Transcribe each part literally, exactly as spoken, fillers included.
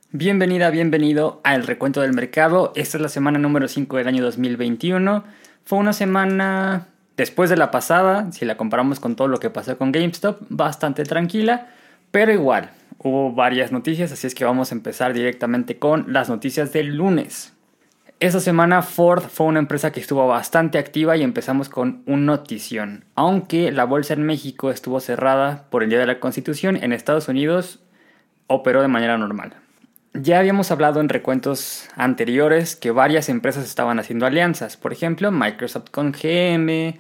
Bienvenida, bienvenido al recuento del mercado. Esta es la semana número cinco del año dos mil veintiuno. Fue una semana, después de la pasada, si la comparamos con todo lo que pasó con GameStop, bastante tranquila, pero igual, hubo varias noticias, así es que vamos a empezar directamente con las noticias del lunes. Esta semana Ford fue una empresa que estuvo bastante activa y empezamos con un notición. Aunque la bolsa en México estuvo cerrada por el Día de la Constitución, en Estados Unidos operó de manera normal. Ya habíamos hablado en recuentos anteriores que varias empresas estaban haciendo alianzas. Por ejemplo, Microsoft con G M,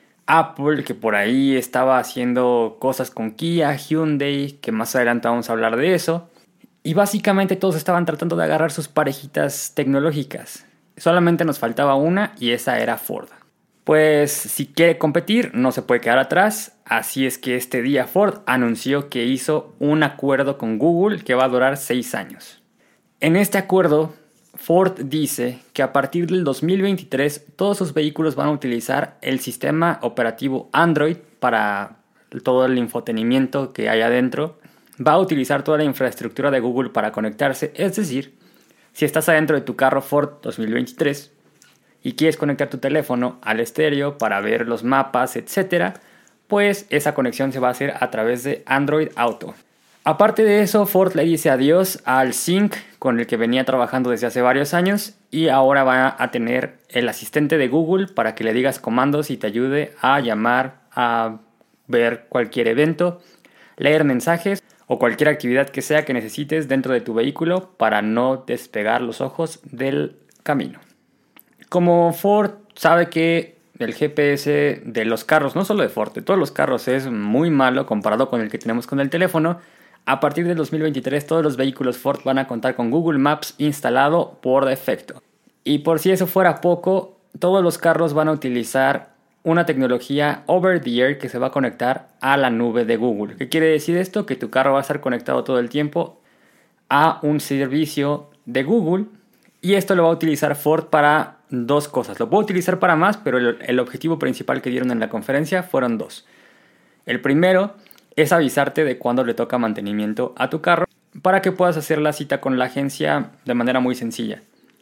Apple que por ahí estaba haciendo cosas con Kia, Hyundai, que más adelante vamos a hablar de eso. Y básicamente todos estaban tratando de agarrar sus parejitas tecnológicas. Solamente nos faltaba una y esa era Ford. Pues si quiere competir no se puede quedar atrás, así es que este día Ford anunció que hizo un acuerdo con Google que va a durar seis años. En este acuerdo, Ford dice que a partir del dos mil veintitrés todos sus vehículos van a utilizar el sistema operativo Android para todo el infotenimiento que hay adentro. Va a utilizar toda la infraestructura de Google para conectarse, es decir, si estás adentro de tu carro Ford dos mil veintitrés y quieres conectar tu teléfono al estéreo para ver los mapas, etcétera, pues esa conexión se va a hacer a través de Android Auto. Aparte de eso, Ford le dice adiós al Sync con el que venía trabajando desde hace varios años y ahora va a tener el asistente de Google para que le digas comandos y te ayude a llamar, a ver cualquier evento, leer mensajes o cualquier actividad que sea que necesites dentro de tu vehículo para no despegar los ojos del camino. Como Ford sabe que el G P S de los carros, no solo de Ford, de todos los carros es muy malo comparado con el que tenemos con el teléfono, a partir del dos mil veintitrés todos los vehículos Ford van a contar con Google Maps instalado por defecto. Y por si eso fuera poco, todos los carros van a utilizar una tecnología over the air que se va a conectar a la nube de Google. ¿Qué quiere decir esto? Que tu carro va a estar conectado todo el tiempo a un servicio de Google y esto lo va a utilizar Ford para dos cosas. Lo puedo utilizar para más, pero el, el objetivo principal que dieron en la conferencia fueron dos. El primero es avisarte de cuándo le toca mantenimiento a tu carro para que puedas hacer la cita con la agencia de manera muy sencilla.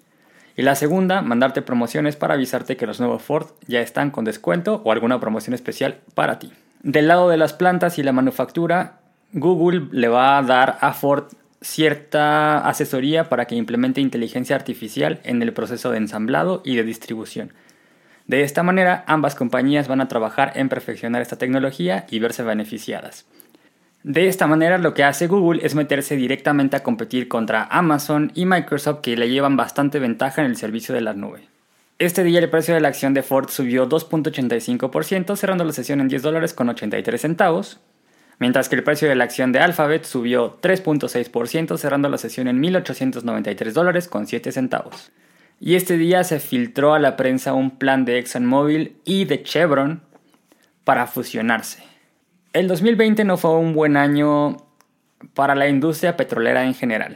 Y la segunda, mandarte promociones para avisarte que los nuevos Ford ya están con descuento o alguna promoción especial para ti. Del lado de las plantas y la manufactura, Google le va a dar a Ford cierta asesoría para que implemente inteligencia artificial en el proceso de ensamblado y de distribución. De esta manera, ambas compañías van a trabajar en perfeccionar esta tecnología y verse beneficiadas. De esta manera, lo que hace Google es meterse directamente a competir contra Amazon y Microsoft, que le llevan bastante ventaja en el servicio de la nube. Este día el precio de la acción de Ford subió dos punto ochenta y cinco por ciento, cerrando la sesión en diez dólares con ochenta y tres centavos, mientras que el precio de la acción de Alphabet subió tres punto seis por ciento, cerrando la sesión en mil ochocientos noventa y tres dólares con siete centavos. Y este día se filtró a la prensa un plan de ExxonMobil y de Chevron para fusionarse. El dos mil veinte no fue un buen año para la industria petrolera en general.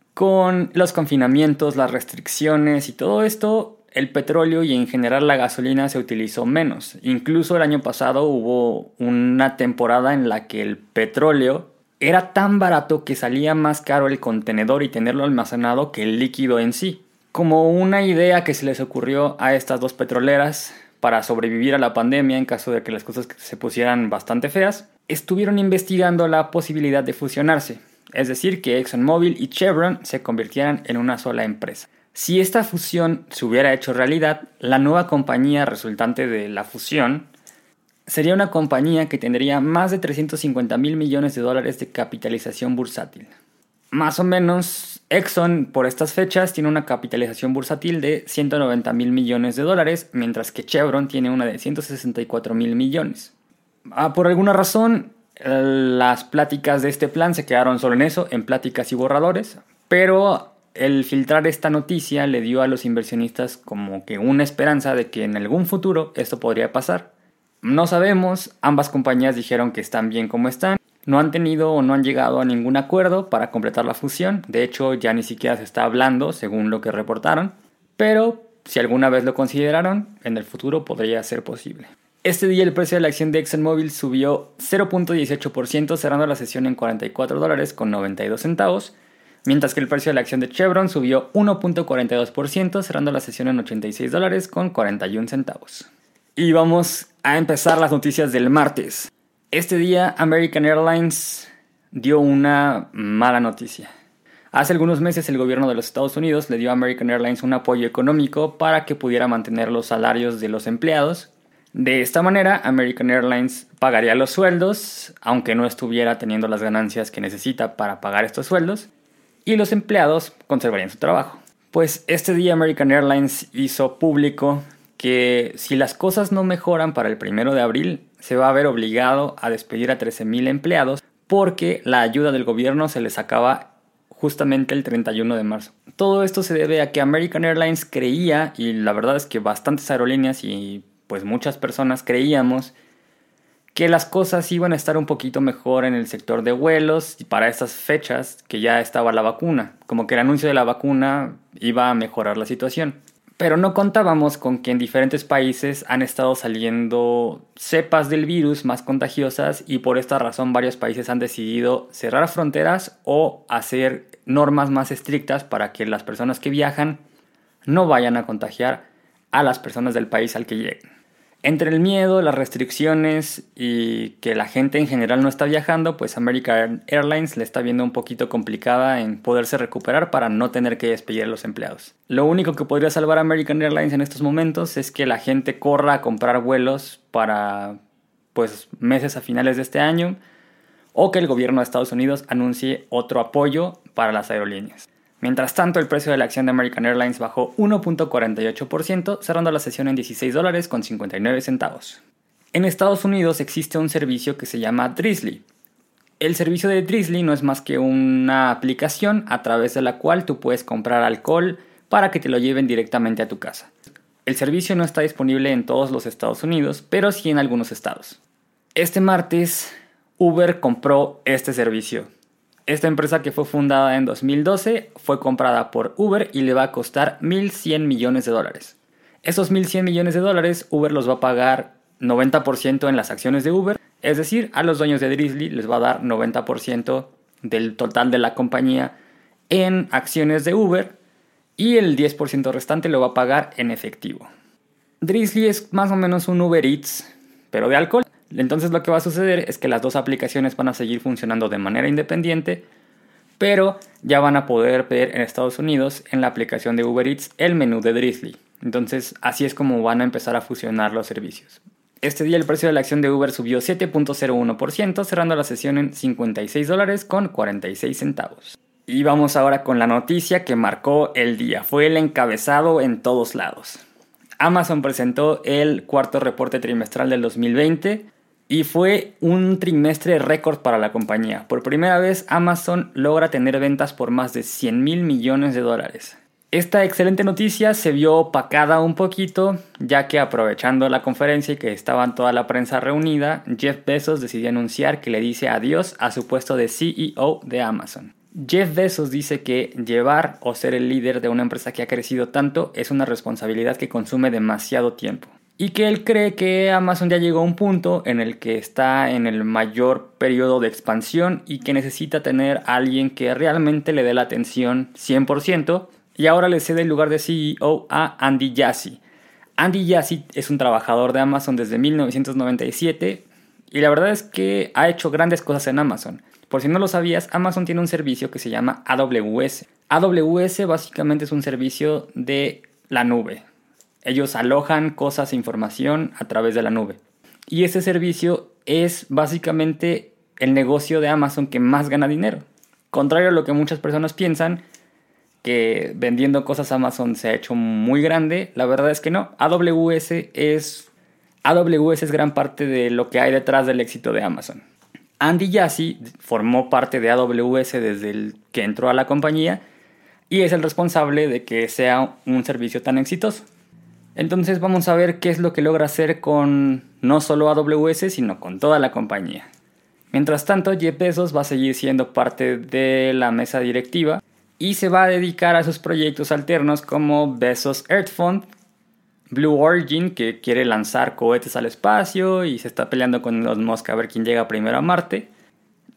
Con los confinamientos, las restricciones y todo esto, el petróleo y en general la gasolina se utilizó menos. Incluso el año pasado hubo una temporada en la que el petróleo era tan barato que salía más caro el contenedor y tenerlo almacenado que el líquido en sí. Como una idea que se les ocurrió a estas dos petroleras para sobrevivir a la pandemia en caso de que las cosas se pusieran bastante feas, estuvieron investigando la posibilidad de fusionarse, es decir, que ExxonMobil y Chevron se convirtieran en una sola empresa. Si esta fusión se hubiera hecho realidad, la nueva compañía resultante de la fusión sería una compañía que tendría más de trescientos cincuenta mil millones de dólares de capitalización bursátil. Más o menos, Exxon por estas fechas tiene una capitalización bursátil de ciento noventa mil millones de dólares, mientras que Chevron tiene una de ciento sesenta y cuatro mil millones. Ah, por alguna razón, las pláticas de este plan se quedaron solo en eso, en pláticas y borradores, pero el filtrar esta noticia le dio a los inversionistas como que una esperanza de que en algún futuro esto podría pasar. No sabemos, ambas compañías dijeron que están bien como están. No han tenido o no han llegado a ningún acuerdo para completar la fusión. De hecho, ya ni siquiera se está hablando, según lo que reportaron. Pero si alguna vez lo consideraron, en el futuro podría ser posible. Este día el precio de la acción de ExxonMobil subió cero punto dieciocho por ciento, cerrando la sesión en cuarenta y cuatro dólares con noventa y dos centavos. mientras que el precio de la acción de Chevron subió uno punto cuarenta y dos por ciento, cerrando la sesión en ochenta y seis dólares con cuarenta y un centavos. Y vamos a empezar las noticias del martes. Este día American Airlines dio una mala noticia. Hace algunos meses el gobierno de los Estados Unidos le dio a American Airlines un apoyo económico para que pudiera mantener los salarios de los empleados. De esta manera, American Airlines pagaría los sueldos, aunque no estuviera teniendo las ganancias que necesita para pagar estos sueldos, y los empleados conservarían su trabajo. Pues este día American Airlines hizo público que si las cosas no mejoran para el primero de abril, se va a ver obligado a despedir a trece mil empleados porque la ayuda del gobierno se les acaba justamente el treinta y uno de marzo. Todo esto se debe a que American Airlines creía, y la verdad es que bastantes aerolíneas y pues muchas personas creíamos que las cosas iban a estar un poquito mejor en el sector de vuelos y para estas fechas que ya estaba la vacuna, como que el anuncio de la vacuna iba a mejorar la situación. Pero no contábamos con que en diferentes países han estado saliendo cepas del virus más contagiosas y por esta razón varios países han decidido cerrar fronteras o hacer normas más estrictas para que las personas que viajan no vayan a contagiar a las personas del país al que lleguen. Entre el miedo, las restricciones y que la gente en general no está viajando, pues American Airlines le está viendo un poquito complicada en poderse recuperar para no tener que despedir a los empleados. Lo único que podría salvar a American Airlines en estos momentos es que la gente corra a comprar vuelos para pues meses a finales de este año o que el gobierno de Estados Unidos anuncie otro apoyo para las aerolíneas. Mientras tanto, el precio de la acción de American Airlines bajó uno punto cuarenta y ocho por ciento, cerrando la sesión en dieciséis dólares con cincuenta y nueve centavos. En Estados Unidos existe un servicio que se llama Drizzly. El servicio de Drizzly no es más que una aplicación a través de la cual tú puedes comprar alcohol para que te lo lleven directamente a tu casa. El servicio no está disponible en todos los Estados Unidos, pero sí en algunos estados. Este martes, Uber compró este servicio. Esta empresa, que fue fundada en dos mil doce, fue comprada por Uber y le va a costar mil cien millones de dólares. Esos mil cien millones de dólares Uber los va a pagar noventa por ciento en las acciones de Uber, es decir, a los dueños de Drizzly les va a dar noventa por ciento del total de la compañía en acciones de Uber y el diez por ciento restante lo va a pagar en efectivo. Drizzly es más o menos un Uber Eats, pero de alcohol. Entonces lo que va a suceder es que las dos aplicaciones van a seguir funcionando de manera independiente, pero ya van a poder ver en Estados Unidos en la aplicación de Uber Eats el menú de Drizzly. Entonces así es como van a empezar a fusionar los servicios. Este día el precio de la acción de Uber subió siete punto cero uno por ciento, cerrando la sesión en cincuenta y seis dólares con cuarenta y seis centavos. Y vamos ahora con la noticia que marcó el día. Fue el encabezado en todos lados. Amazon presentó el cuarto reporte trimestral del dos mil veinte. Y fue un trimestre récord para la compañía. Por primera vez, Amazon logra tener ventas por más de cien mil millones de dólares. Esta excelente noticia se vio opacada un poquito, ya que aprovechando la conferencia y que estaba toda la prensa reunida, Jeff Bezos decidió anunciar que le dice adiós a su puesto de C E O de Amazon. Jeff Bezos dice que llevar o ser el líder de una empresa que ha crecido tanto es una responsabilidad que consume demasiado tiempo. Y que él cree que Amazon ya llegó a un punto en el que está en el mayor periodo de expansión y que necesita tener a alguien que realmente le dé la atención cien por ciento. Y ahora le cede el lugar de C E O a Andy Jassy. Andy Jassy es un trabajador de Amazon desde mil novecientos noventa y siete y la verdad es que ha hecho grandes cosas en Amazon. Por si no lo sabías, Amazon tiene un servicio que se llama A W S. A W S básicamente es un servicio de la nube. Ellos alojan cosas e información a través de la nube. Y ese servicio es básicamente el negocio de Amazon que más gana dinero. Contrario a lo que muchas personas piensan, que vendiendo cosas Amazon se ha hecho muy grande, la verdad es que no. A W S es, A W S es gran parte de lo que hay detrás del éxito de Amazon. Andy Jassy formó parte de A W S desde el que entró a la compañía y es el responsable de que sea un servicio tan exitoso. Entonces vamos a ver qué es lo que logra hacer con no solo A W S, sino con toda la compañía. Mientras tanto, Jeff Bezos va a seguir siendo parte de la mesa directiva y se va a dedicar a sus proyectos alternos como Bezos Earth Fund, Blue Origin, que quiere lanzar cohetes al espacio y se está peleando con Elon Musk a ver quién llega primero a Marte,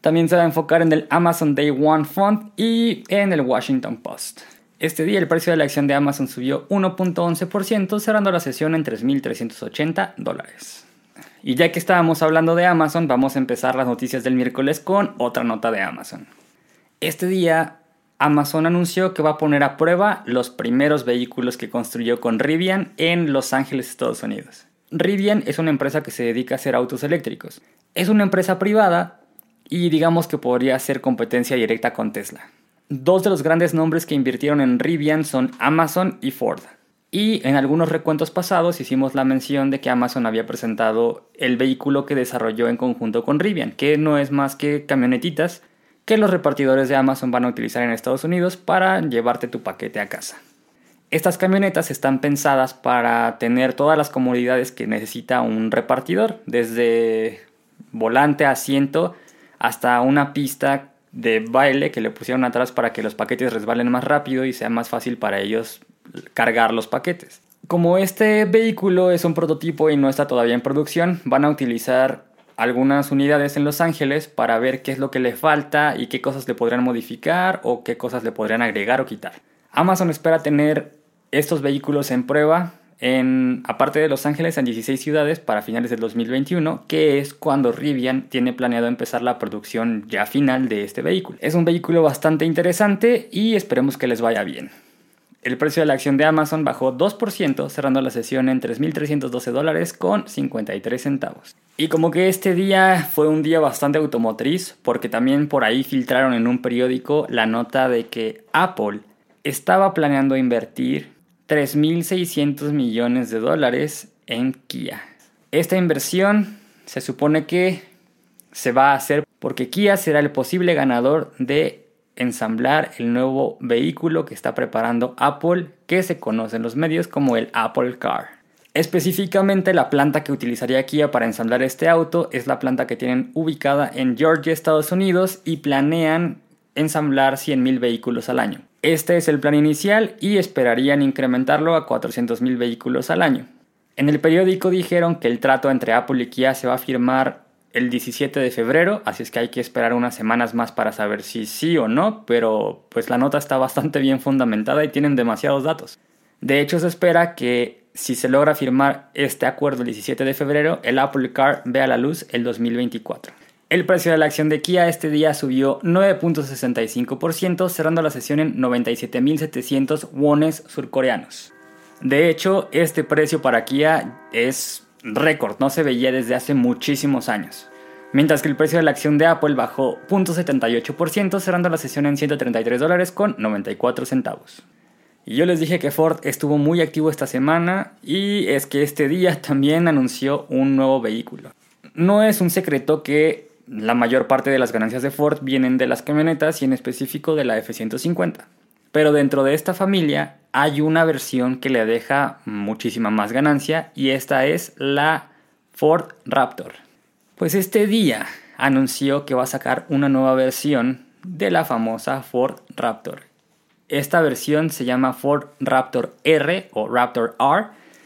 También se va a enfocar en el Amazon Day One Fund y en el Washington Post. Este día el precio de la acción de Amazon subió uno punto once por ciento, cerrando la sesión en tres mil trescientos ochenta dólares. Y ya que estábamos hablando de Amazon, vamos a empezar las noticias del miércoles con otra nota de Amazon. Este día Amazon anunció que va a poner a prueba los primeros vehículos que construyó con Rivian en Los Ángeles, Estados Unidos. Rivian es una empresa que se dedica a hacer autos eléctricos. Es una empresa privada y digamos que podría hacer competencia directa con Tesla. Dos de los grandes nombres que invirtieron en Rivian son Amazon y Ford. Y en algunos recuentos pasados hicimos la mención de que Amazon había presentado el vehículo que desarrolló en conjunto con Rivian, que no es más que camionetitas que los repartidores de Amazon van a utilizar en Estados Unidos para llevarte tu paquete a casa. Estas camionetas están pensadas para tener todas las comodidades que necesita un repartidor, desde volante, asiento, hasta una pista de baile que le pusieron atrás para que los paquetes resbalen más rápido y sea más fácil para ellos cargar los paquetes. Como este vehículo es un prototipo y no está todavía en producción, van a utilizar algunas unidades en Los Ángeles para ver qué es lo que le falta y qué cosas le podrían modificar o qué cosas le podrían agregar o quitar. Amazon espera tener estos vehículos en prueba en, aparte de Los Ángeles, en dieciséis ciudades para finales del dos mil veintiuno, que es cuando Rivian tiene planeado empezar la producción ya final de este vehículo. Es un vehículo bastante interesante y esperemos que les vaya bien. El precio de la acción de Amazon bajó dos por ciento, cerrando la sesión en tres mil trescientos doce dólares con cincuenta y tres centavos. Y como que este día fue un día bastante automotriz, porque también por ahí filtraron en un periódico la nota de que Apple estaba planeando invertir tres mil seiscientos millones de dólares en Kia. Esta inversión se supone que se va a hacer porque Kia será el posible ganador de ensamblar el nuevo vehículo que está preparando Apple, que se conoce en los medios como el Apple Car. Específicamente, la planta que utilizaría Kia para ensamblar este auto es la planta que tienen ubicada en Georgia, Estados Unidos, y planean ensamblar cien mil vehículos al año. Este es el plan inicial y esperarían incrementarlo a cuatrocientos mil vehículos al año. En el periódico dijeron que el trato entre Apple y Kia se va a firmar el diecisiete de febrero, así es que hay que esperar unas semanas más para saber si sí o no, pero pues la nota está bastante bien fundamentada y tienen demasiados datos. De hecho, se espera que si se logra firmar este acuerdo el diecisiete de febrero, el Apple Car vea la luz el dos mil veinticuatro. El precio de la acción de Kia este día subió nueve punto sesenta y cinco por ciento, cerrando la sesión en noventa y siete mil setecientos wones surcoreanos. De hecho, este precio para Kia es récord, no se veía desde hace muchísimos años. Mientras que el precio de la acción de Apple bajó cero punto setenta y ocho por ciento, cerrando la sesión en ciento treinta y tres dólares con noventa y cuatro centavos. Y yo les dije que Ford estuvo muy activo esta semana y es que este día también anunció un nuevo vehículo. No es un secreto que la mayor parte de las ganancias de Ford vienen de las camionetas y en específico de la F ciento cincuenta. Pero dentro de esta familia hay una versión que le deja muchísima más ganancia y esta es la Ford Raptor. Pues este día anunció que va a sacar una nueva versión de la famosa Ford Raptor. Esta versión se llama Ford Raptor R o Raptor R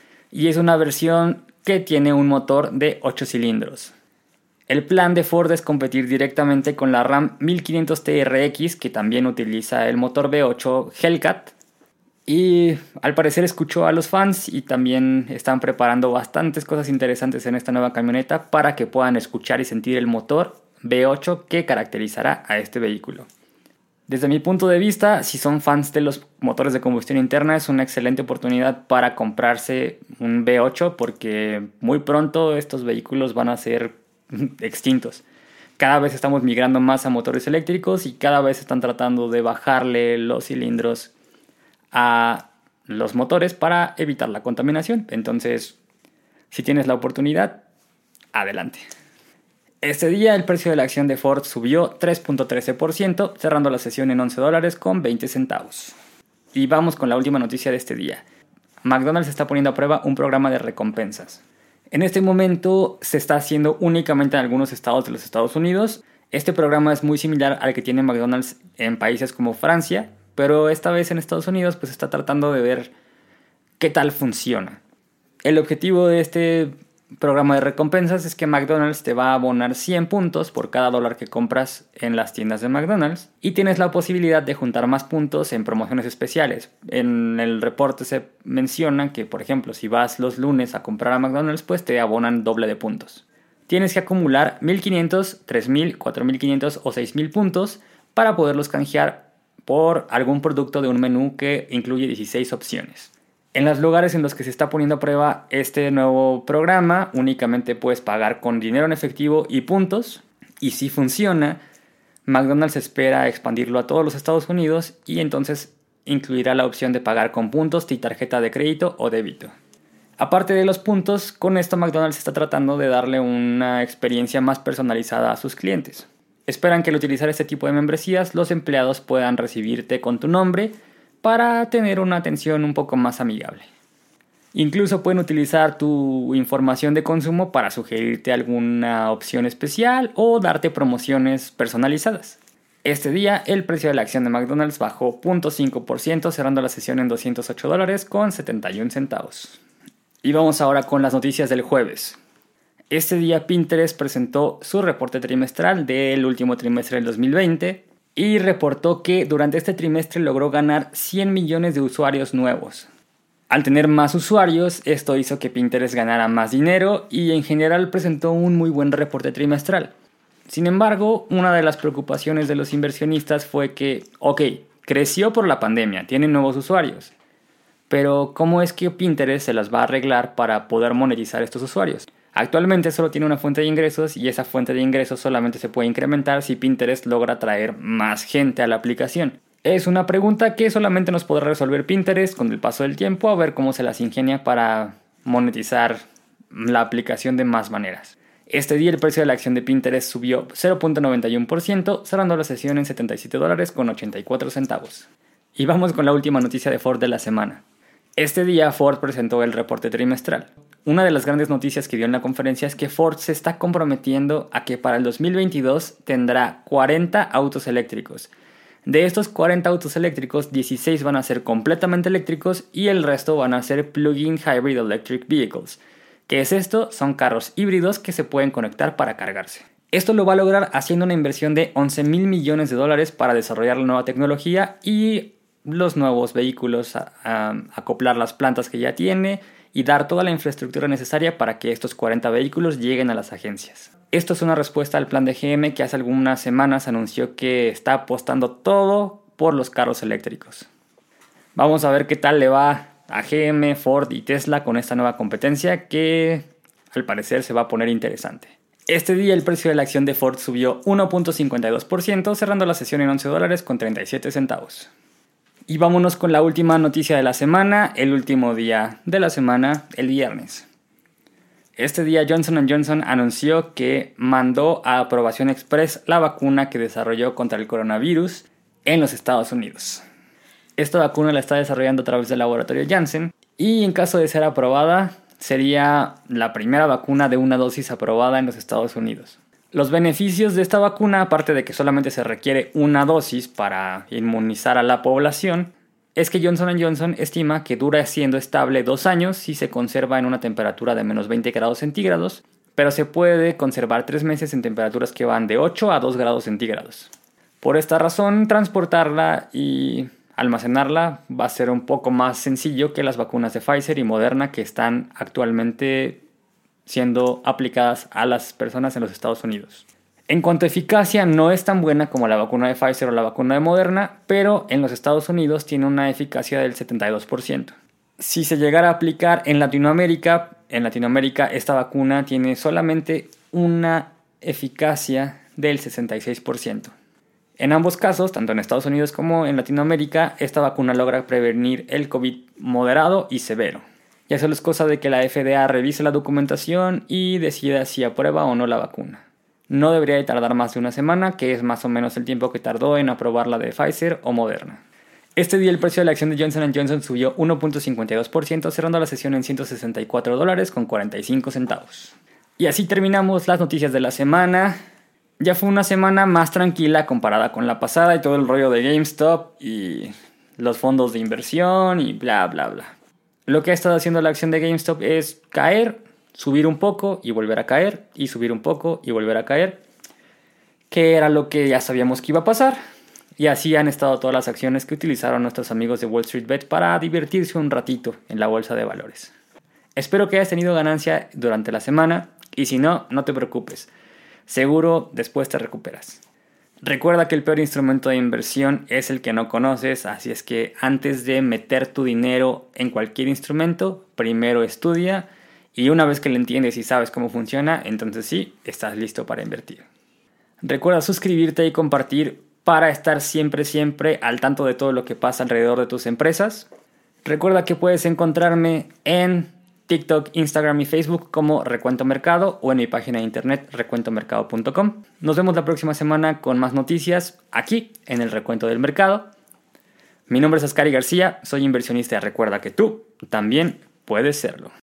y es una versión que tiene un motor de ocho cilindros. El plan de Ford es competir directamente con la Ram mil quinientos T R X, que también utiliza el motor V ocho Hellcat. Y al parecer escuchó a los fans y también están preparando bastantes cosas interesantes en esta nueva camioneta para que puedan escuchar y sentir el motor V ocho que caracterizará a este vehículo. Desde mi punto de vista, si son fans de los motores de combustión interna, es una excelente oportunidad para comprarse un V ocho porque muy pronto estos vehículos van a ser extintos. Cada vez estamos migrando más a motores eléctricos y cada vez están tratando de bajarle los cilindros a los motores para evitar la contaminación. Entonces, si tienes la oportunidad, adelante. Este día el precio de la acción de Ford subió tres punto trece por ciento, cerrando la sesión en once dólares con veinte centavos. Y vamos con la última noticia de este día. McDonald's está poniendo a prueba un programa de recompensas. En este momento se está haciendo únicamente en algunos estados de los Estados Unidos. Este programa es muy similar al que tiene McDonald's en países como Francia, pero esta vez en Estados Unidos pues está tratando de ver qué tal funciona. El objetivo de este programa de recompensas es que McDonald's te va a abonar cien puntos por cada dólar que compras en las tiendas de McDonald's y tienes la posibilidad de juntar más puntos en promociones especiales. En el reporte se menciona que, por ejemplo, si vas los lunes a comprar a McDonald's, pues te abonan doble de puntos. Tienes que acumular mil quinientos, tres mil, cuatro mil quinientos o seis mil puntos para poderlos canjear por algún producto de un menú que incluye dieciséis opciones. En los lugares en los que se está poniendo a prueba este nuevo programa, únicamente puedes pagar con dinero en efectivo y puntos. Y si funciona, McDonald's espera expandirlo a todos los Estados Unidos y entonces incluirá la opción de pagar con puntos y tarjeta de crédito o débito. Aparte de los puntos, con esto McDonald's está tratando de darle una experiencia más personalizada a sus clientes. Esperan que al utilizar este tipo de membresías, los empleados puedan recibirte con tu nombre para tener una atención un poco más amigable. Incluso pueden utilizar tu información de consumo para sugerirte alguna opción especial o darte promociones personalizadas. Este día el precio de la acción de McDonald's bajó cero punto cinco por ciento, cerrando la sesión en doscientos ocho dólares con setenta y un centavos. Y vamos ahora con las noticias del jueves. Este día Pinterest presentó su reporte trimestral del último trimestre del dos mil veinte y reportó que durante este trimestre logró ganar cien millones de usuarios nuevos. Al tener más usuarios, esto hizo que Pinterest ganara más dinero y en general presentó un muy buen reporte trimestral. Sin embargo, una de las preocupaciones de los inversionistas fue que, ok, creció por la pandemia, tiene nuevos usuarios, pero ¿cómo es que Pinterest se las va a arreglar para poder monetizar estos usuarios? Actualmente solo tiene una fuente de ingresos y esa fuente de ingresos solamente se puede incrementar si Pinterest logra atraer más gente a la aplicación. Es una pregunta que solamente nos podrá resolver Pinterest con el paso del tiempo, a ver cómo se las ingenia para monetizar la aplicación de más maneras. Este día el precio de la acción de Pinterest subió cero punto noventa y uno por ciento, cerrando la sesión en setenta y siete dólares con ochenta y cuatro centavos. Y vamos con la última noticia de Ford de la semana. Este día Ford presentó el reporte trimestral. Una de las grandes noticias que dio en la conferencia es que Ford se está comprometiendo a que para el dos mil veintidós tendrá cuarenta autos eléctricos. De estos cuarenta autos eléctricos, dieciséis van a ser completamente eléctricos y el resto van a ser Plug-in Hybrid Electric Vehicles. ¿Qué es esto? Son carros híbridos que se pueden conectar para cargarse. Esto lo va a lograr haciendo una inversión de once mil millones de dólares para desarrollar la nueva tecnología y los nuevos vehículos, a, a, acoplar las plantas que ya tiene y dar toda la infraestructura necesaria para que estos cuarenta vehículos lleguen a las agencias. Esto es una respuesta al plan de G M que hace algunas semanas anunció que está apostando todo por los carros eléctricos. Vamos a ver qué tal le va a G M, Ford y Tesla con esta nueva competencia que al parecer se va a poner interesante. Este día el precio de la acción de Ford subió uno punto cincuenta y dos por ciento, cerrando la sesión en once dólares con treinta y siete centavos. Y vámonos con la última noticia de la semana, el último día de la semana, el viernes. Este día Johnson and Johnson anunció que mandó a aprobación express la vacuna que desarrolló contra el coronavirus en los Estados Unidos. Esta vacuna la está desarrollando a través del laboratorio Janssen y en caso de ser aprobada sería la primera vacuna de una dosis aprobada en los Estados Unidos. Los beneficios de esta vacuna, aparte de que solamente se requiere una dosis para inmunizar a la población, es que Johnson and Johnson estima que dura siendo estable dos años si se conserva en una temperatura de menos veinte grados centígrados, pero se puede conservar tres meses en temperaturas que van de ocho a dos grados centígrados. Por esta razón, transportarla y almacenarla va a ser un poco más sencillo que las vacunas de Pfizer y Moderna que están actualmente siendo aplicadas a las personas en los Estados Unidos. En cuanto a eficacia, no es tan buena como la vacuna de Pfizer o la vacuna de Moderna, pero en los Estados Unidos tiene una eficacia del setenta y dos por ciento. Si se llegara a aplicar en Latinoamérica, en Latinoamérica esta vacuna tiene solamente una eficacia del sesenta y seis por ciento. En ambos casos, tanto en Estados Unidos como en Latinoamérica, esta vacuna logra prevenir el COVID moderado y severo. Ya solo es cosa de que la F D A revise la documentación y decida si aprueba o no la vacuna. No debería de tardar más de una semana, que es más o menos el tiempo que tardó en aprobar la de Pfizer o Moderna. Este día el precio de la acción de Johnson and Johnson subió uno punto cincuenta y dos por ciento, cerrando la sesión en ciento sesenta y cuatro dólares con cuarenta y cinco centavos. Y así terminamos las noticias de la semana. Ya fue una semana más tranquila comparada con la pasada y todo el rollo de GameStop y los fondos de inversión y bla bla bla. Lo que ha estado haciendo la acción de GameStop es caer, subir un poco y volver a caer, y subir un poco y volver a caer, que era lo que ya sabíamos que iba a pasar. Y así han estado todas las acciones que utilizaron nuestros amigos de Wall Street Bet para divertirse un ratito en la bolsa de valores. Espero que hayas tenido ganancia durante la semana, y si no, no te preocupes. Seguro después te recuperas. Recuerda que el peor instrumento de inversión es el que no conoces, así es que antes de meter tu dinero en cualquier instrumento, primero estudia, y una vez que lo entiendes y sabes cómo funciona, entonces sí, estás listo para invertir. Recuerda suscribirte y compartir para estar siempre, siempre al tanto de todo lo que pasa alrededor de tus empresas. Recuerda que puedes encontrarme en TikTok, Instagram y Facebook como Recuento Mercado o en mi página de internet recuento mercado punto com. Nos vemos la próxima semana con más noticias aquí en el Recuento del Mercado. Mi nombre es Ascari García, soy inversionista y recuerda que tú también puedes serlo.